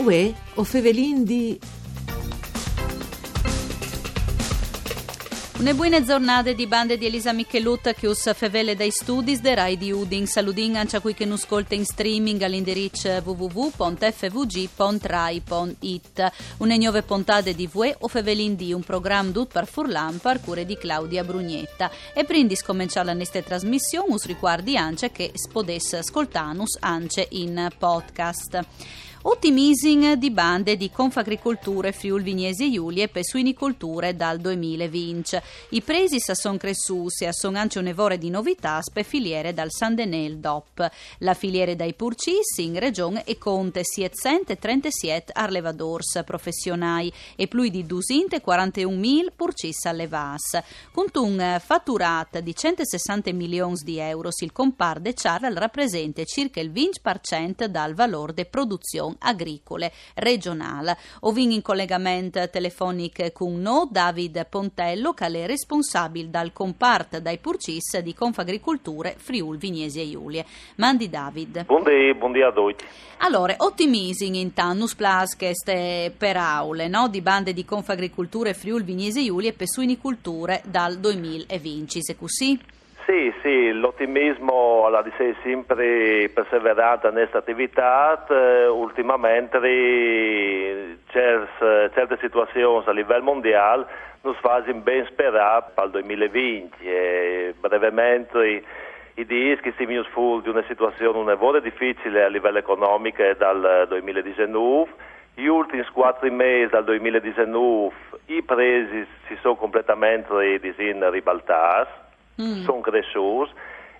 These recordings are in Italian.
Uè, o fevelin di... Une buone giornate di bande di Elisa Michelut che us fevele dai studi de Rai di Udin. Saludin anche a cui che nos ascolta in streaming all'indirizzo www.fvg.rai.it. Une nuove puntate di Vue o fevelin di un programma dut per Furlan per cure di Claudia Brugnetta. E prima di cominciare la nostra trasmissione us ricordi anche che spodesse ascoltanus anche in podcast. Ottimising di bande di Confagricolture Friuli Vignesi Giulie per suinicolture dal 2020. I presi sono cresciuti e sono anche un'evore di novità per filiere dal Sandenel DOP. La filiere dai purcis in regione e conte 737 arlevadors professionali e più di 241.000 purcis allevas. Con un fatturato di 160 milioni di euro, il compar de Charles rappresenta circa il 20% dal valore de produzione agricole regionale. Ovin in collegamento telefonico con noi David Pontello, che è responsabile dal compart dai purcis di Confagricolture Friuli Vignesi e Giulie. Mandi David. Buondì a tutti. Allora, ottimising in tannus plas che ste per aule, no? Di bande di Confagricolture Friuli Vignesi e Giulie per suinicolture dal 2020, se così? Sì, l'ottimismo alla di sé sempre perseverata in questa attività. Ultimamente certe situazioni a livello mondiale nos fanno ben sperare per il 2020 e brevemente i dischi si vengono fuori di una situazione un difficile a livello economico dal 2019. Gli ultimi 4 mesi dal 2019 i prezzi si sono completamente ribaltati. Sono cresciuti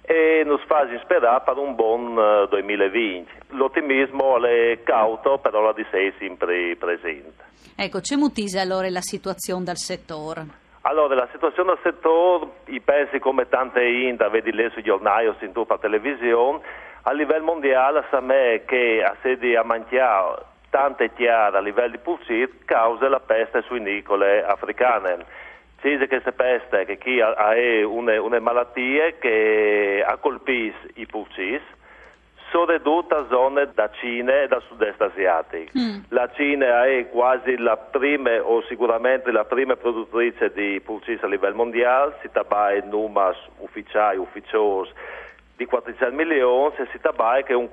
e nos fa sperare per un buon 2020. L'ottimismo è cauto, però la di sé è sempre presente. Ecco, c'è mutise allora la situazione del settore? Allora, la situazione del settore, i pensi come tante inde, vedi lì sui giornali o in tutta la televisione, a livello mondiale sa me che a sedi a mangiare tante chiare a livello di pulcit causa la peste suinicole africane. Si dice che queste peste, che chi ha una malattia che ha colpito i pulcis, sono ridotte a zone da Cina e dal sud-est asiatico. La Cina è quasi la prima, o sicuramente la prima produttrice di pulcis a livello mondiale, si tratta in numeri ufficiosi di 400 milioni, e si tratta che un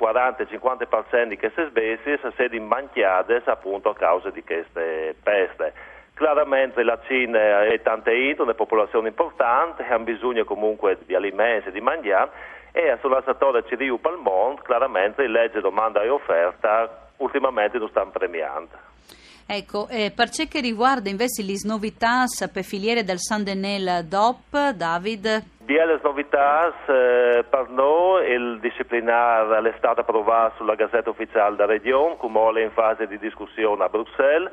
40-50% di queste specie sono mangiate appunto a causa di queste peste. Claramente la Cina è tante una popolazione importante, ha bisogno comunque di alimenti, di mangiare, e sul settore CDU per il mondo, claramente legge domanda e offerta ultimamente lo stanno premiando. Ecco, per ciò che riguarda invece le novità per filiere del Sandenel DOP, David? Le novità per noi il disciplinare è stato approvato sulla Gazzetta Ufficiale della Regione, come è in fase di discussione a Bruxelles.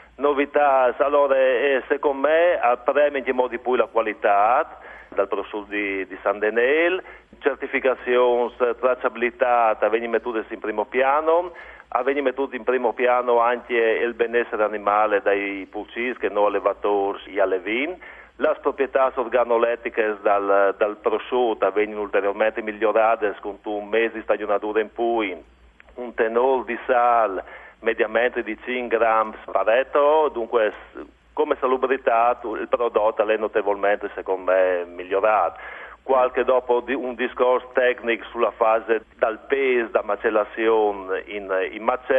Novità, allora, secondo me, premiano in modo di più la qualità dal prosciutto di Sandenel, certificazioni, tracciabilità, vengono mettute in primo piano, vengono mettute in primo piano anche il benessere animale dai pulcis, che non allevatori e allevini. Le proprietà organolettiche dal prosciutto vengono ulteriormente migliorate con un mese di stagionatura in più, un tenore di sale mediamente di 5 grammi per etto, dunque come salubrità il prodotto è notevolmente secondo me migliorato. Qualche dopo un discorso tecnico sulla fase dal peso da macellazione in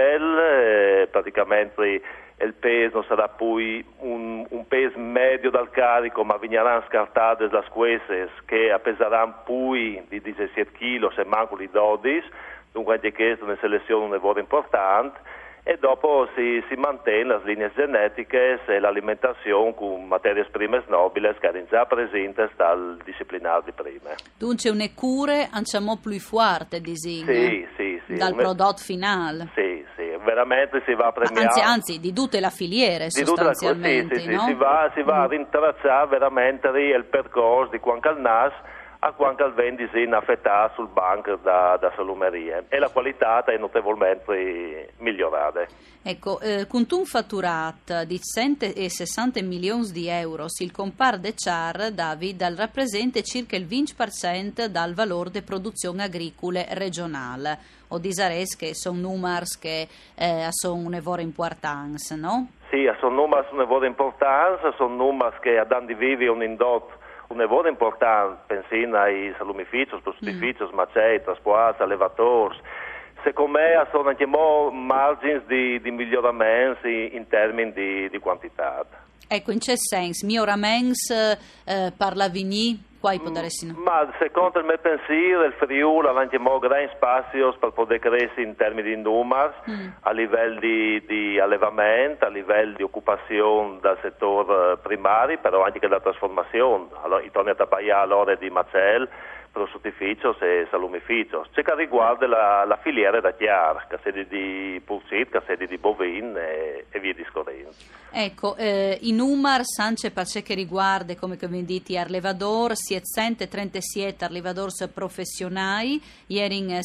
macelle, praticamente il peso non sarà più un peso medio dal carico, ma vigneranno scartate le squesse che peseranno più di 17 kg se manco di 12, dunque anche questa è una selezione un lavoro importante. E dopo si mantiene le linee genetiche e l'alimentazione con materie prime nobili che erano già presenti dal disciplinare di prima. Dunque une cure anciamo più forte sì, dal prodotto finale. Sì, veramente si va a premiare. Anzi, di tutte le filiere sostanzialmente, sì, no? si va a rintracciare veramente il percorso di quanto al NAS a quanto al vendisi in affettà sul banco da salumerie, e la qualità è notevolmente migliorata. Ecco, con un fatturato di 160 milioni di euro, il compar de Char, David, rappresenta circa il 20% dal valore di produzione agricole regionale. O disares che sono numeri che sono un'evora importanza, no? Sì, sono numeri di un'evora importanza, sono numeri che a danni vivi un indotto un'evora importante, pensino ai salumifici, prostituifici, macei, trasporti, allevatori. Secondo me sono anche margini di miglioramento in termini di quantità. Ecco, in che senso? Miglioramenti per la vigni? Quai può dare sì, no? Ma secondo il mio pensiero il Friuli ha anche grandi spazi per poter crescere in termini di numeri, a livello di allevamento, a livello di occupazione dal settore primario, però anche della trasformazione. Allora, i torni a tappare all'ora di macel, prosciuttifici e salumifici. C'è che riguarda la filiera da chiara, che sedi di pulcit, che sedi di bovin e via discorrendo. Ecco, i numeri sance per ciò che riguarda, come vi dite, allevador, 737 allevador professionali, ieri in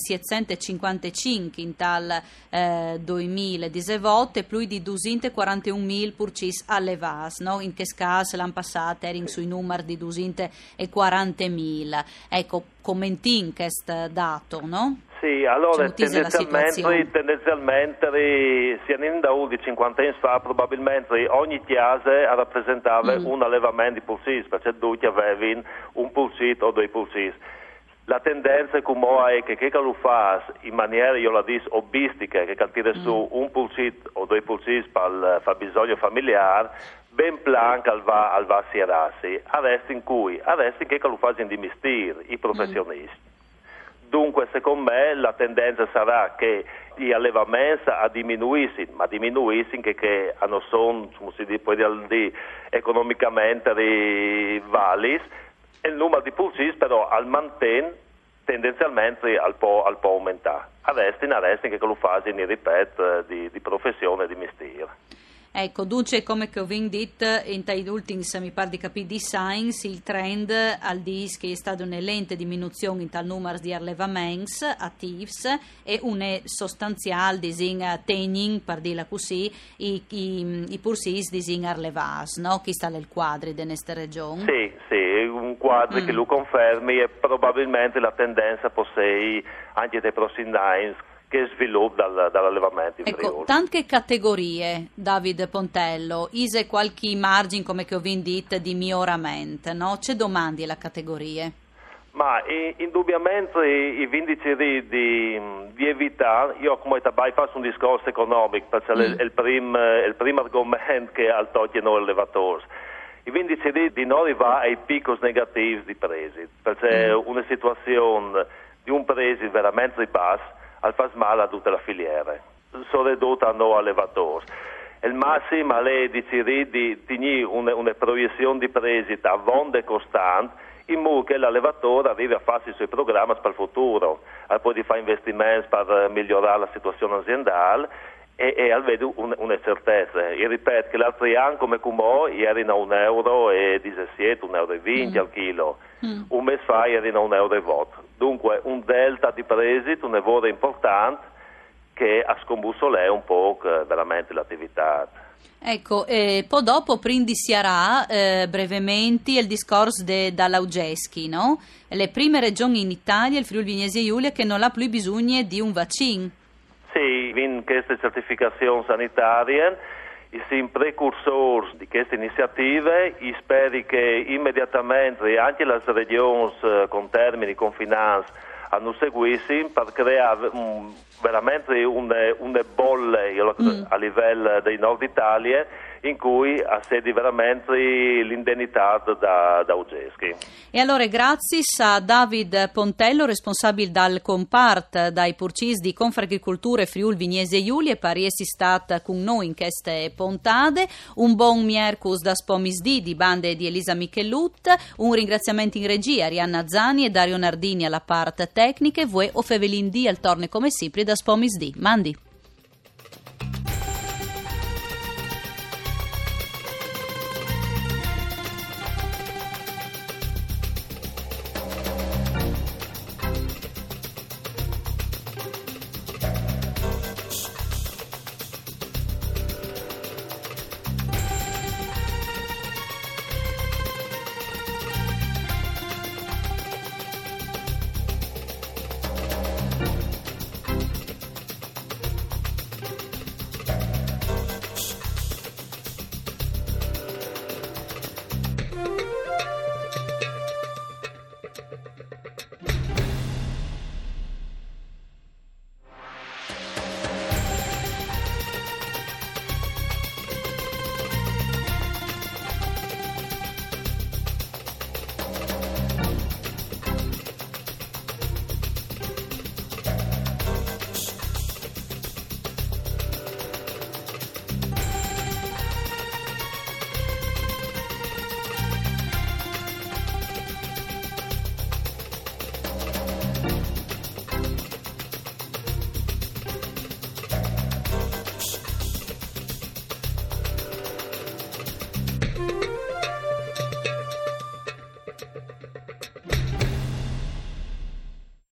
755 in tal 2018 e più di 241.000 purcis allevas, no? In che caso l'anno passato erano sui numeri di 240.000. Ecco, commentin questo dato, no? Sì, allora tendenzialmente sia in da di 50 anni fa probabilmente ogni chiesa rappresentava un allevamento di pulcis, perché tutti avevano un pulcit o due pulcis. La tendenza come è che lo fa in maniera, io la dico, hobbistica, che capire su un pulcit o due pulcis per il fabbisogno familiare, ben plan al va sierarsi, arresti in che lo fanno di mestiere, i professionisti. Dunque, secondo me, la tendenza sarà che gli allevamenti diminuiscono, ma diminuiscono che non sono, come si dice, economicamente validi, e il numero di pulcis però al mantiene tendenzialmente al po' aumentare. Arresti che lo fanno, ripeto, di professione e di mestiere. Ecco, dunque, come che ho detto, in tali ultimi, mi pare di capire, di science, il trend al dis che è stata una lente diminuzione in tal numero di allevamenti attivi e una sostanziale disegna tegning, per dirla così, i pursis disegna allevas, no? Chi sta nel quadro di questa regione? Sì, un quadro che lo confermi e probabilmente la tendenza possei anche dei prossimi anni che sviluppa dall'allevamento in Friuli. Ecco, tante categorie, David Pontello, ise qualche margine, come che ho detto, di miglioramento, no? C'è domande alle categorie? Ma indubbiamente i indici di evitare, io come tabai faccio un discorso economico, perché è il primo argomento che al tocchi noi allevatori. I indici di non arrivare ai picchi negativi di presi, perché una situazione di un presi veramente basso al far male a tutta la filiera, sono ridotta a noi allevatori. Il massimo è di tenere una proiezione di presi a vonde costante, in modo che l'allevatore arrivi a farsi i suoi programmi per il futuro, a poi di fare investimenti per migliorare la situazione aziendale e avere una certezza. Io ripeto che l'altro anno come erano a €1,17, €1,20 al chilo. Un mese fa erano a €1,8. Dunque un delta di presi, un lavoro importante che ha scombussolè un po' veramente l'attività. Ecco, poi dopo indicierà brevemente il discorso dall'Augeschi, no? Le prime regioni in Italia, il Friuli Venezia Giulia, che non ha più bisogno di un vaccino. Sì, in queste certificazioni sanitarie, i precursori di queste iniziative, spero che immediatamente anche le regioni con termini confinanti hanno seguito per creare veramente una bolle a livello del nord Italia in cui ha sedi veramente l'indennità da Augeschi. E allora grazie a David Pontello, responsabile dal comparto dai purcis di Confagricoltura Friuli Venezia Giulia, per essere stata con noi in queste puntate. Un buon miércoles da Spomisdì di bande di Elisa Michellut, un ringraziamento in regia a Arianna Zani e Dario Nardini alla parte tecnica e voi o Fevelin D al torne come sempre da Spomisdì. Mandi.